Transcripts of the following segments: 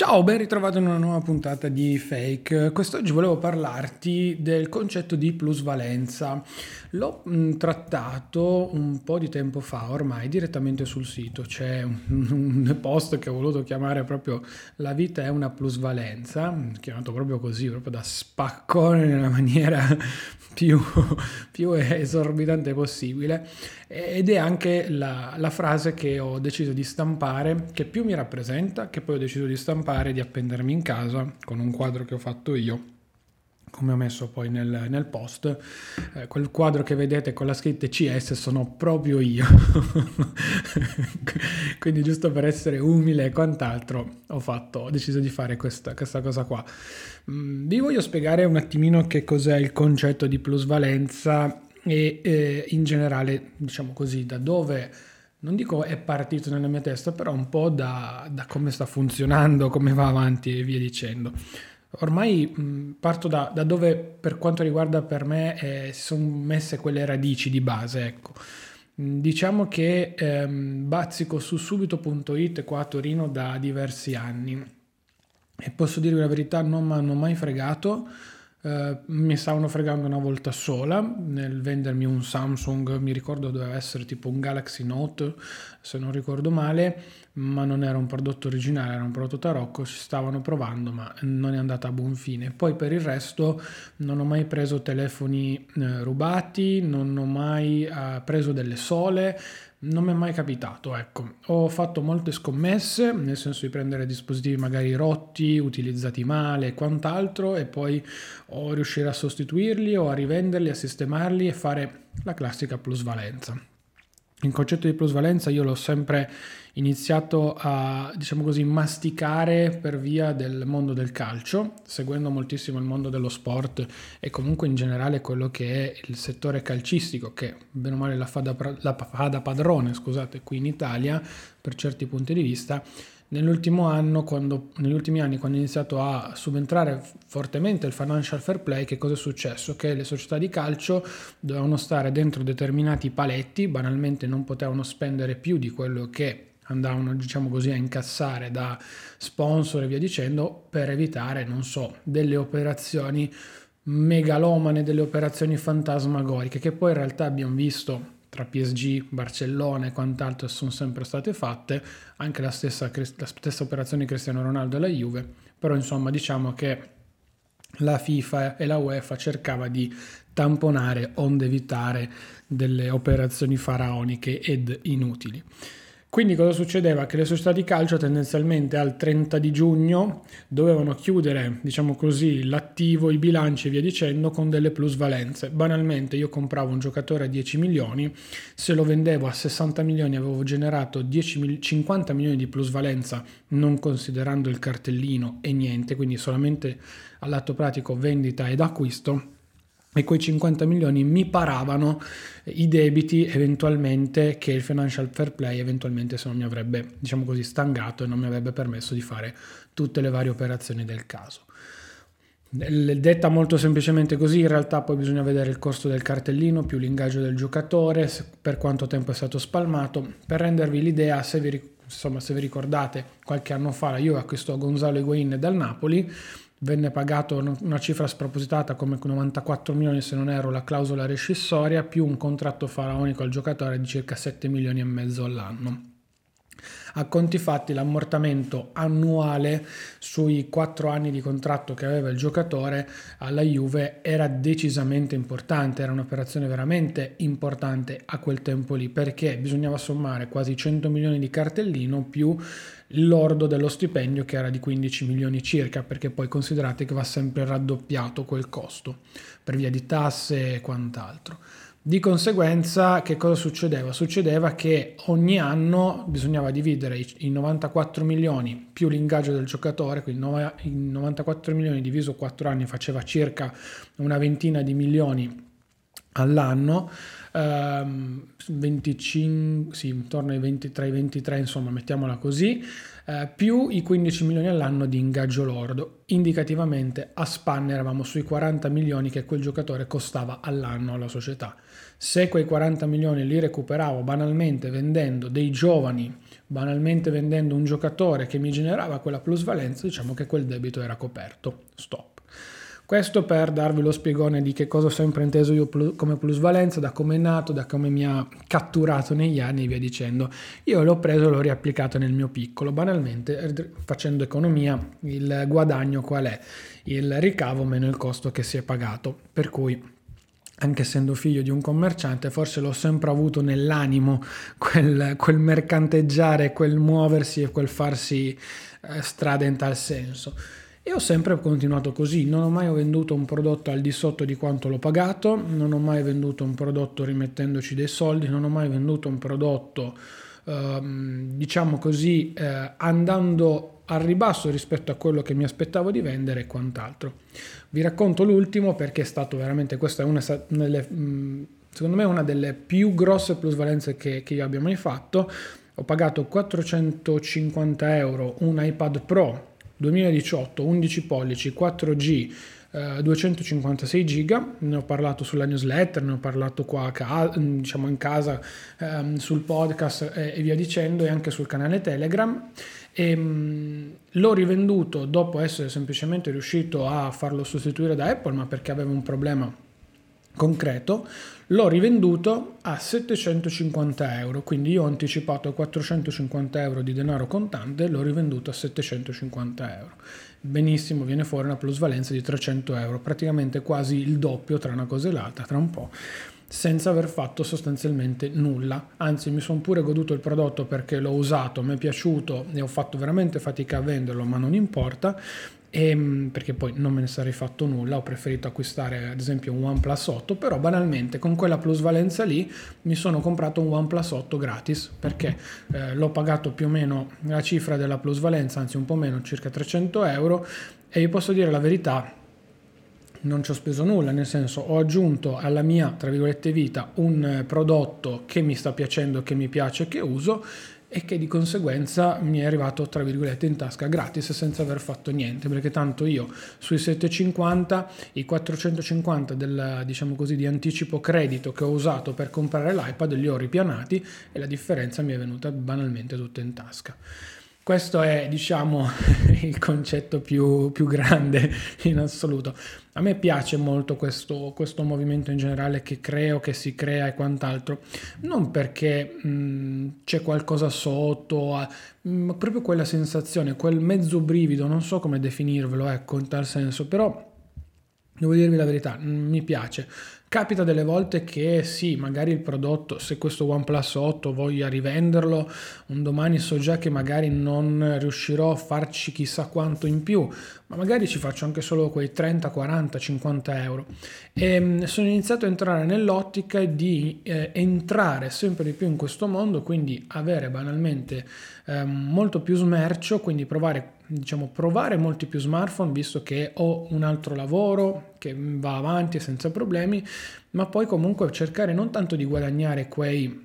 Ciao, ben ritrovato in una nuova puntata di Fake. Quest'oggi volevo parlarti del concetto di plusvalenza. L'ho trattato un po' di tempo fa, ormai direttamente sul sito. C'è un post che ho voluto chiamare proprio La vita è una plusvalenza, chiamato proprio così, proprio da spaccone nella maniera più, più esorbitante possibile. Ed è anche la frase che ho deciso di stampare, che più mi rappresenta, che poi ho deciso di stampare e di appendermi in casa con un quadro che ho fatto io, come ho messo poi nel post. Quel quadro che vedete con la scritta CS sono proprio io. Quindi giusto per essere umile e quant'altro ho deciso di fare questa cosa qua. Vi voglio spiegare un attimino che cos'è il concetto di plusvalenza e in generale, diciamo così, da dove, non dico è partito nella mia testa, però un po' da come sta funzionando, come va avanti e via dicendo. Ormai parto da dove, per quanto riguarda per me, si sono messe quelle radici di base, ecco. Diciamo che bazzico su subito.it qua a Torino da diversi anni e posso dirvi la verità, non mi hanno mai fregato. Mi stavano fregando una volta sola nel vendermi un Samsung, mi ricordo doveva essere tipo un Galaxy Note se non ricordo male, ma non era un prodotto originale, era un prodotto tarocco, ci stavano provando ma non è andata a buon fine. Poi per il resto non ho mai preso telefoni rubati, non ho mai preso delle sole, non mi è mai capitato, ecco. Ho fatto molte scommesse, nel senso di prendere dispositivi magari rotti, utilizzati male e quant'altro, e poi o riuscire a sostituirli o a rivenderli, a sistemarli e fare la classica plusvalenza. Il concetto di plusvalenza io l'ho sempre iniziato a, diciamo così, masticare per via del mondo del calcio, seguendo moltissimo il mondo dello sport e comunque in generale quello che è il settore calcistico, che bene o male la fa da padrone, scusate, qui in Italia per certi punti di vista. Negli ultimi anni, quando è iniziato a subentrare fortemente il financial fair play, che cosa è successo? Che le società di calcio dovevano stare dentro determinati paletti, banalmente non potevano spendere più di quello che andavano, diciamo così, a incassare da sponsor e via dicendo, per evitare, non so, delle operazioni megalomane, delle operazioni fantasmagoriche, che poi in realtà abbiamo visto tra PSG, Barcellona e quant'altro sono sempre state fatte, anche la stessa operazione di Cristiano Ronaldo e la Juve, però insomma diciamo che la FIFA e la UEFA cercava di tamponare onde evitare delle operazioni faraoniche ed inutili. Quindi cosa succedeva? Che le società di calcio tendenzialmente al 30 di giugno dovevano chiudere, diciamo così, l'attivo, i bilanci e via dicendo con delle plusvalenze. Banalmente io compravo un giocatore a 10 milioni, se lo vendevo a 60 milioni avevo generato 50 milioni di plusvalenza non considerando il cartellino e niente, quindi solamente all'atto pratico vendita ed acquisto. E quei 50 milioni mi paravano i debiti eventualmente che il financial fair play eventualmente se non mi avrebbe, diciamo così, stangato e non mi avrebbe permesso di fare tutte le varie operazioni del caso. Detta molto semplicemente così, in realtà poi bisogna vedere il costo del cartellino più l'ingaggio del giocatore, per quanto tempo è stato spalmato. Per rendervi l'idea, se vi ricordate, qualche anno fa la Juve acquistò Gonzalo Higuaín dal Napoli, venne pagato una cifra spropositata come 94 milioni se non erro la clausola rescissoria, più un contratto faraonico al giocatore di circa 7 milioni e mezzo all'anno. A conti fatti l'ammortamento annuale sui 4 anni di contratto che aveva il giocatore alla Juve era decisamente importante, era un'operazione veramente importante a quel tempo lì, perché bisognava sommare quasi 100 milioni di cartellino più il lordo dello stipendio che era di 15 milioni circa, perché poi considerate che va sempre raddoppiato quel costo per via di tasse e quant'altro. Di conseguenza che cosa succedeva? Succedeva che ogni anno bisognava dividere i 94 milioni più l'ingaggio del giocatore, quindi i 94 milioni diviso 4 anni faceva circa una ventina di milioni all'anno, 25, sì, intorno ai 23, insomma, mettiamola così, più i 15 milioni all'anno di ingaggio lordo. Indicativamente a spanne eravamo sui 40 milioni che quel giocatore costava all'anno alla società. Se quei 40 milioni li recuperavo banalmente vendendo dei giovani banalmente vendendo un giocatore che mi generava quella plusvalenza, diciamo che quel debito era coperto. Stop. Questo per darvi lo spiegone di che cosa ho sempre inteso io come plusvalenza, da come è nato, da come mi ha catturato negli anni e via dicendo. Io l'ho preso e l'ho riapplicato nel mio piccolo. Banalmente, facendo economia, il guadagno qual è? Il ricavo meno il costo che si è pagato. Per cui, anche essendo figlio di un commerciante, forse l'ho sempre avuto nell'animo quel mercanteggiare, quel muoversi e quel farsi strada in tal senso. E ho sempre continuato così, non ho mai venduto un prodotto al di sotto di quanto l'ho pagato, non ho mai venduto un prodotto rimettendoci dei soldi, non ho mai venduto un prodotto, diciamo così, andando al ribasso rispetto a quello che mi aspettavo di vendere e quant'altro. Vi racconto l'ultimo perché è stato veramente, questa è una delle, secondo me una delle più grosse plusvalenze che io abbia mai fatto. Ho pagato 450 euro un iPad Pro 2018, 11 pollici, 4G, 256 giga, ne ho parlato sulla newsletter, ne ho parlato qua diciamo in casa, sul podcast e via dicendo, e anche sul canale Telegram. L'ho rivenduto dopo essere semplicemente riuscito a farlo sostituire da Apple, ma perché avevo un problema concreto. L'ho rivenduto a 750 euro, quindi io ho anticipato 450 euro di denaro contante, l'ho rivenduto a 750 euro. Benissimo, viene fuori una plusvalenza di 300 euro, praticamente quasi il doppio tra una cosa e l'altra, tra un po', senza aver fatto sostanzialmente nulla. Anzi, mi sono pure goduto il prodotto perché l'ho usato, mi è piaciuto e ho fatto veramente fatica a venderlo, ma non importa. Perché poi non me ne sarei fatto nulla, ho preferito acquistare ad esempio un OnePlus 8, però banalmente con quella plusvalenza lì mi sono comprato un OnePlus 8 gratis perché l'ho pagato più o meno la cifra della plusvalenza, anzi un po' meno, circa 300 euro, e vi posso dire la verità, non ci ho speso nulla, nel senso ho aggiunto alla mia, tra virgolette, vita un prodotto che mi sta piacendo, che mi piace, che uso, e che di conseguenza mi è arrivato, tra virgolette, in tasca gratis senza aver fatto niente, perché tanto io sui 750 i 450 del, diciamo così, di anticipo credito che ho usato per comprare l'iPad li ho ripianati e la differenza mi è venuta banalmente tutta in tasca. Questo è, diciamo, il concetto più grande in assoluto. A me piace molto questo movimento in generale che creo, che si crea e quant'altro, non perché c'è qualcosa sotto, ma proprio quella sensazione, quel mezzo brivido, non so come definirvelo, ecco, in tal senso, però devo dirvi la verità, mi piace. Capita delle volte che sì, magari il prodotto, se questo OnePlus 8 voglia rivenderlo, un domani so già che magari non riuscirò a farci chissà quanto in più, ma magari ci faccio anche solo quei 30, 40, 50 euro. E sono iniziato a entrare nell'ottica di entrare sempre di più in questo mondo, quindi avere banalmente molto più smercio, quindi provare molti più smartphone, visto che ho un altro lavoro che va avanti senza problemi, ma poi comunque cercare non tanto di guadagnare quei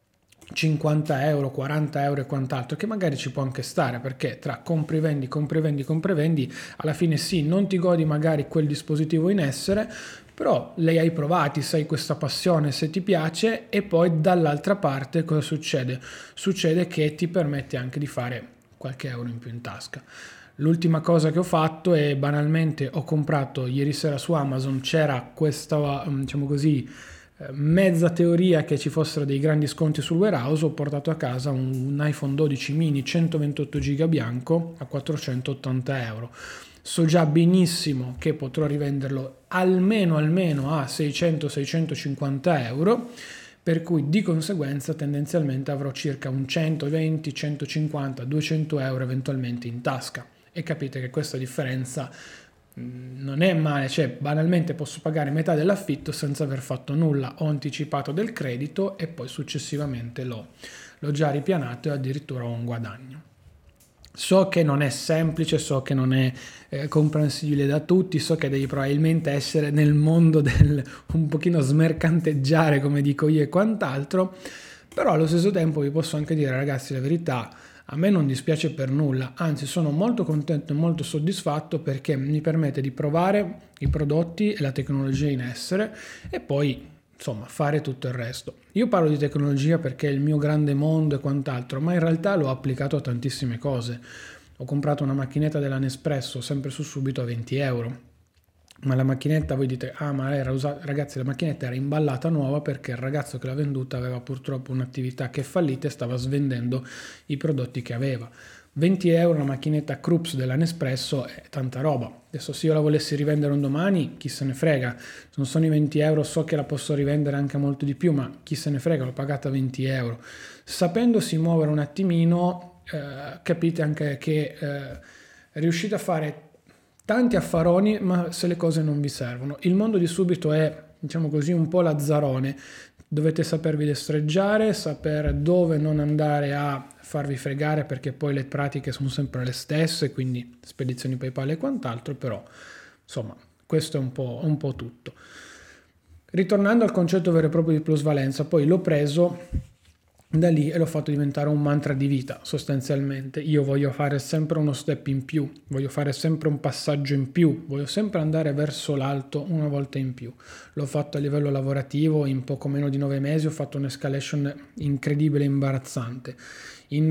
50 euro, 40 euro e quant'altro, che magari ci può anche stare, perché tra compri, vendi, alla fine sì, non ti godi magari quel dispositivo in essere, però li hai provati, sai questa passione, se ti piace, e poi dall'altra parte cosa succede? Succede che ti permette anche di fare qualche euro in più in tasca. L'ultima cosa che ho fatto è banalmente ho comprato ieri sera su Amazon, c'era questa, diciamo così, mezza teoria che ci fossero dei grandi sconti sul warehouse, ho portato a casa un iPhone 12 mini 128 giga bianco a 480 euro. So già benissimo che potrò rivenderlo almeno a 600-650 euro, per cui di conseguenza tendenzialmente avrò circa un 120, 150, 200 euro eventualmente in tasca. E capite che questa differenza non è male, cioè banalmente posso pagare metà dell'affitto senza aver fatto nulla, ho anticipato del credito e poi successivamente l'ho già ripianato e addirittura ho un guadagno. So che non è semplice, so che non è comprensibile da tutti, so che devi probabilmente essere nel mondo del un pochino smercanteggiare, come dico io e quant'altro, però allo stesso tempo vi posso anche dire, ragazzi, la verità, a me non dispiace per nulla, anzi sono molto contento e molto soddisfatto perché mi permette di provare i prodotti e la tecnologia in essere e poi insomma fare tutto il resto. Io parlo di tecnologia perché è il mio grande mondo e quant'altro, ma in realtà l'ho applicato a tantissime cose. Ho comprato una macchinetta della Nespresso sempre su Subito a 20 euro. Ma la macchinetta, voi dite, ah ma era usata, ragazzi la macchinetta era imballata nuova perché il ragazzo che l'ha venduta aveva purtroppo un'attività che è fallita e stava svendendo i prodotti che aveva. 20 euro una macchinetta Krups della Nespresso è tanta roba. Adesso se io la volessi rivendere un domani, chi se ne frega, non sono i 20 euro, so che la posso rivendere anche molto di più, ma chi se ne frega, l'ho pagata 20 euro. Sapendosi muovere un attimino, capite anche che riuscite a fare tanti affaroni, ma se le cose non vi servono. Il mondo di Subito è, diciamo così, un po' lazzarone. Dovete sapervi destreggiare, sapere dove non andare a farvi fregare perché poi le pratiche sono sempre le stesse, quindi spedizioni PayPal e quant'altro, però insomma questo è un po' tutto. Ritornando al concetto vero e proprio di plusvalenza, poi l'ho preso da lì e l'ho fatto diventare un mantra di vita sostanzialmente. Io voglio fare sempre uno step in più, voglio fare sempre un passaggio in più, voglio sempre andare verso l'alto una volta in più. L'ho fatto a livello lavorativo, in poco meno di 9 mesi ho fatto un'escalation incredibile e imbarazzante. In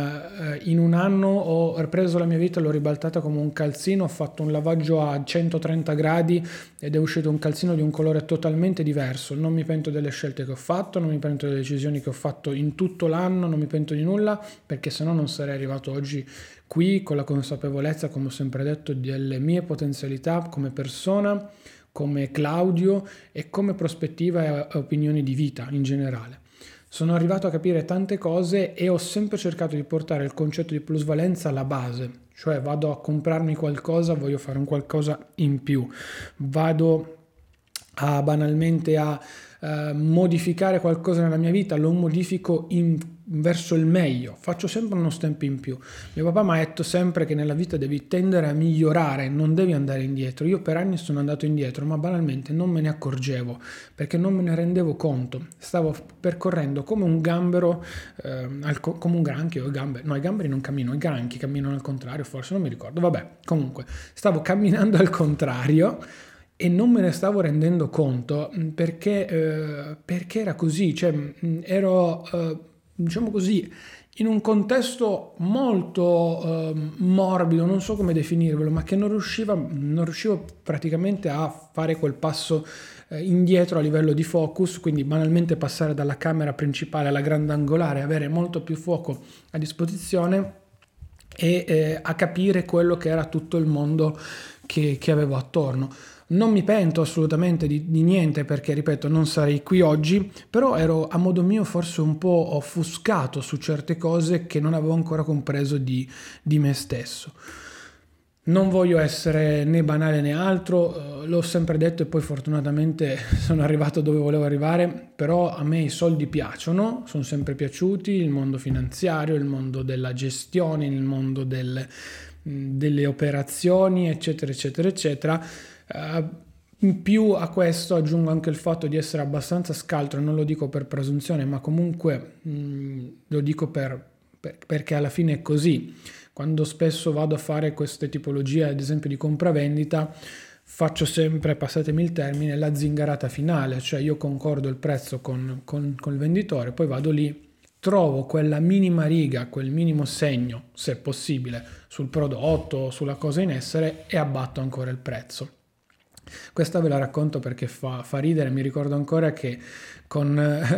un anno ho ripreso la mia vita, l'ho ribaltata come un calzino, ho fatto un lavaggio a 130 gradi ed è uscito un calzino di un colore totalmente diverso. Non mi pento delle scelte che ho fatto, non mi pento delle decisioni che ho fatto in tutto l'anno, non mi pento di nulla, perché sennò non sarei arrivato oggi qui con la consapevolezza, come ho sempre detto, delle mie potenzialità come persona, come Claudio e come prospettiva e opinioni di vita in generale. Sono arrivato a capire tante cose e ho sempre cercato di portare il concetto di plusvalenza alla base, cioè vado a comprarmi qualcosa, voglio fare un qualcosa in più, vado a banalmente a modificare qualcosa nella mia vita, lo modifico verso il meglio, faccio sempre uno step in più. Mio papà mi ha detto sempre che nella vita devi tendere a migliorare, non devi andare indietro. Io per anni sono andato indietro, ma banalmente non me ne accorgevo perché non me ne rendevo conto. Stavo percorrendo come un gambero, come un granchio, i gamberi non camminano, i granchi camminano al contrario, forse non mi ricordo, vabbè, comunque stavo camminando al contrario e non me ne stavo rendendo conto perché era così, cioè ero diciamo così in un contesto molto morbido, non so come definirvelo, ma che non riuscivo praticamente a fare quel passo indietro a livello di focus, quindi banalmente passare dalla camera principale alla grandangolare, avere molto più fuoco a disposizione e a capire quello che era tutto il mondo che avevo attorno. Non mi pento assolutamente di niente perché, ripeto, non sarei qui oggi, però ero a modo mio forse un po' offuscato su certe cose che non avevo ancora compreso di me stesso. Non voglio essere né banale né altro, l'ho sempre detto e poi fortunatamente sono arrivato dove volevo arrivare, però a me i soldi piacciono, sono sempre piaciuti, il mondo finanziario, il mondo della gestione, il mondo delle operazioni, eccetera, eccetera, eccetera. In più a questo aggiungo anche il fatto di essere abbastanza scaltro, non lo dico per presunzione, ma comunque lo dico perché alla fine è così. Quando spesso vado a fare queste tipologie, ad esempio di compravendita, faccio sempre, passatemi il termine, la zingarata finale, cioè io concordo il prezzo con il venditore, poi vado lì, trovo quella minima riga, quel minimo segno, se possibile, sul prodotto, sulla cosa in essere e abbatto ancora il prezzo. Questa ve la racconto perché fa ridere, mi ricordo ancora che con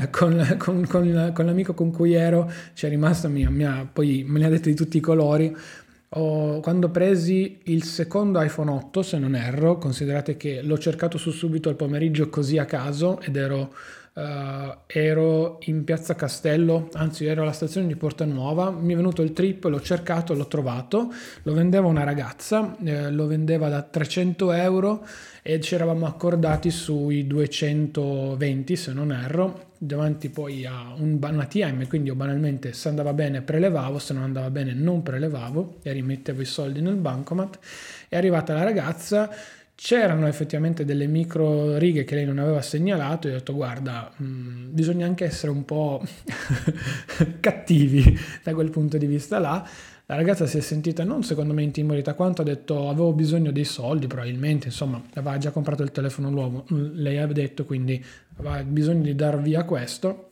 l'amico con cui ero c'è rimasta poi me ne ha detto di tutti i colori. Quando presi il secondo iPhone 8, se non erro, considerate che l'ho cercato su Subito al pomeriggio così a caso ed ero in Piazza Castello, anzi ero alla stazione di Porta Nuova, mi è venuto il trip, l'ho cercato, l'ho trovato, lo vendeva una ragazza, lo vendeva da 300 euro e ci eravamo accordati sui 220 se non erro, davanti poi a una ATM, quindi io banalmente se andava bene prelevavo, se non andava bene non prelevavo e rimettevo i soldi nel bancomat. È arrivata la ragazza, c'erano effettivamente delle micro righe che lei non aveva segnalato e ho detto guarda, bisogna anche essere un po' cattivi da quel punto di vista là. La ragazza si è sentita non secondo me intimorita quanto ha detto avevo bisogno dei soldi probabilmente, insomma aveva già comprato il telefono nuovo, lei ha detto, quindi aveva bisogno di dar via questo,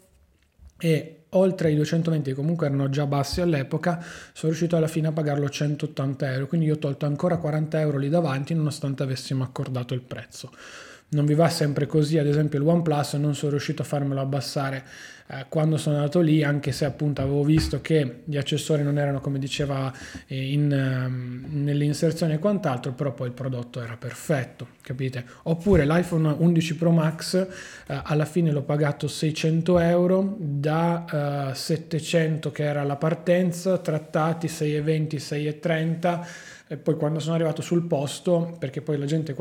e oltre ai 220 che comunque erano già bassi all'epoca, sono riuscito alla fine a pagarlo 180 euro, quindi io ho tolto ancora 40 euro lì davanti nonostante avessimo accordato il prezzo. Non vi va sempre così, ad esempio il OnePlus non sono riuscito a farmelo abbassare quando sono andato lì, anche se appunto avevo visto che gli accessori non erano come diceva nell'inserzione e quant'altro, però poi il prodotto era perfetto, capite? Oppure l'iPhone 11 Pro Max alla fine l'ho pagato 600 euro da 700 che era la partenza, trattati 6,20, 6,30 e poi quando sono arrivato sul posto, perché poi la gente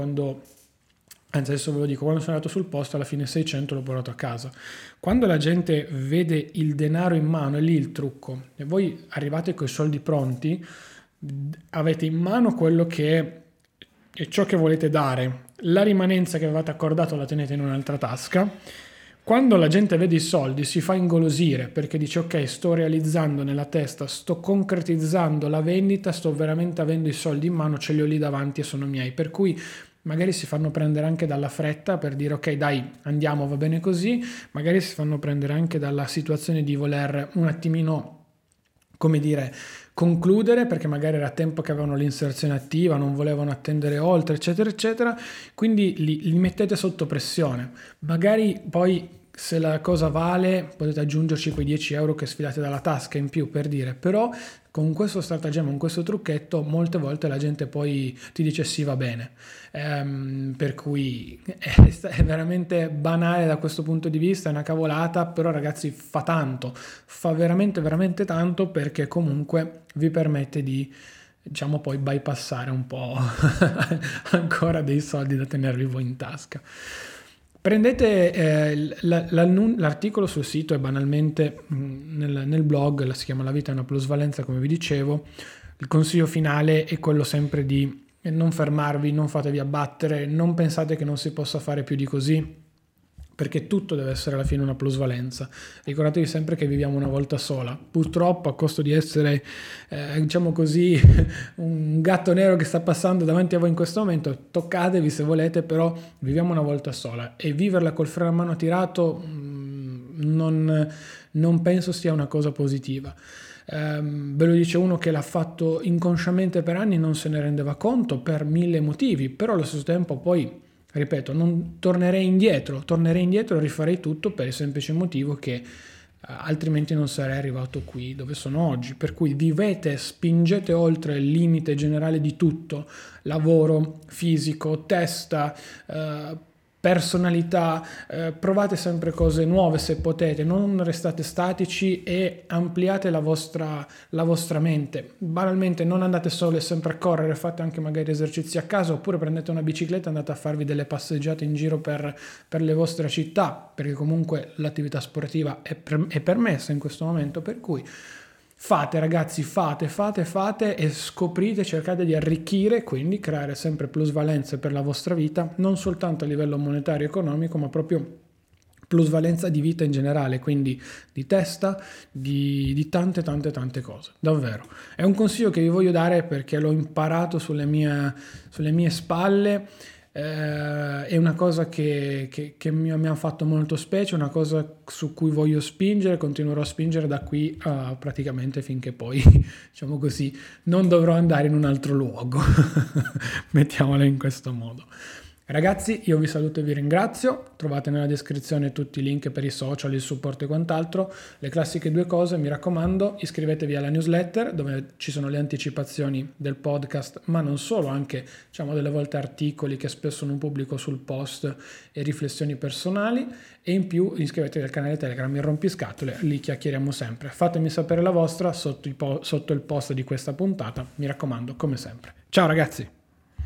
anzi adesso ve lo dico, quando sono andato sul posto alla fine 600 l'ho portato a casa. Quando la gente vede il denaro in mano, è lì il trucco, e voi arrivate con i soldi pronti, avete in mano quello che è ciò che volete dare, la rimanenza che avevate accordato la tenete in un'altra tasca. Quando la gente vede i soldi si fa ingolosire perché dice ok, sto realizzando nella testa, sto concretizzando la vendita, sto veramente avendo i soldi in mano, ce li ho lì davanti e sono miei, per cui magari si fanno prendere anche dalla fretta per dire ok dai andiamo, va bene così, magari si fanno prendere anche dalla situazione di voler un attimino, come dire, concludere perché magari era tempo che avevano l'inserzione attiva, non volevano attendere oltre, eccetera eccetera, quindi li mettete sotto pressione. Magari poi se la cosa vale potete aggiungerci quei 10 euro che sfilate dalla tasca in più, per dire, però con questo stratagemma, con questo trucchetto molte volte la gente poi ti dice sì, va bene, per cui è veramente banale da questo punto di vista, è una cavolata, però ragazzi fa tanto, fa veramente veramente tanto, perché comunque vi permette di, diciamo, poi bypassare un po' ancora dei soldi da tenervi voi in tasca. Prendete l'articolo sul sito e banalmente nel blog, si chiama La vita è una plusvalenza, come vi dicevo. Il consiglio finale è quello sempre di non fermarvi, non fatevi abbattere, non pensate che non si possa fare più di così, perché tutto deve essere alla fine una plusvalenza. Ricordatevi sempre che viviamo una volta sola. Purtroppo, a costo di essere, diciamo così, un gatto nero che sta passando davanti a voi in questo momento, toccatevi se volete, però viviamo una volta sola e viverla col freno a mano tirato non penso sia una cosa positiva. Ve lo dice uno che l'ha fatto inconsciamente per anni, non se ne rendeva conto per 1000 motivi, però allo stesso tempo poi, ripeto, non tornerei indietro e rifarei tutto per il semplice motivo che altrimenti non sarei arrivato qui dove sono oggi. Per cui vivete, spingete oltre il limite generale di tutto, lavoro, fisico, testa, personalità, provate sempre cose nuove se potete, non restate statici e ampliate la vostra mente. Banalmente non andate solo e sempre a correre, fate anche magari esercizi a casa, oppure prendete una bicicletta e andate a farvi delle passeggiate in giro per le vostre città, perché comunque l'attività sportiva è permessa in questo momento, per cui fate ragazzi, fate e scoprite, cercate di arricchire, quindi creare sempre plusvalenze per la vostra vita, non soltanto a livello monetario e economico, ma proprio plusvalenza di vita in generale, quindi di testa, di tante cose, davvero. È un consiglio che vi voglio dare perché l'ho imparato sulle mie spalle. È una cosa che mi ha fatto molto specie, una cosa su cui voglio spingere, continuerò a spingere da qui a praticamente finché poi, diciamo così, non dovrò andare in un altro luogo. Mettiamola in questo modo. Ragazzi, io vi saluto e vi ringrazio, trovate nella descrizione tutti i link per i social, il supporto e quant'altro, le classiche 2 cose, mi raccomando, iscrivetevi alla newsletter dove ci sono le anticipazioni del podcast, ma non solo, anche diciamo delle volte articoli che spesso non pubblico sul post e riflessioni personali, e in più iscrivetevi al canale Telegram, il rompiscatole, lì chiacchieriamo sempre. Fatemi sapere la vostra sotto il post di questa puntata, mi raccomando, come sempre. Ciao ragazzi!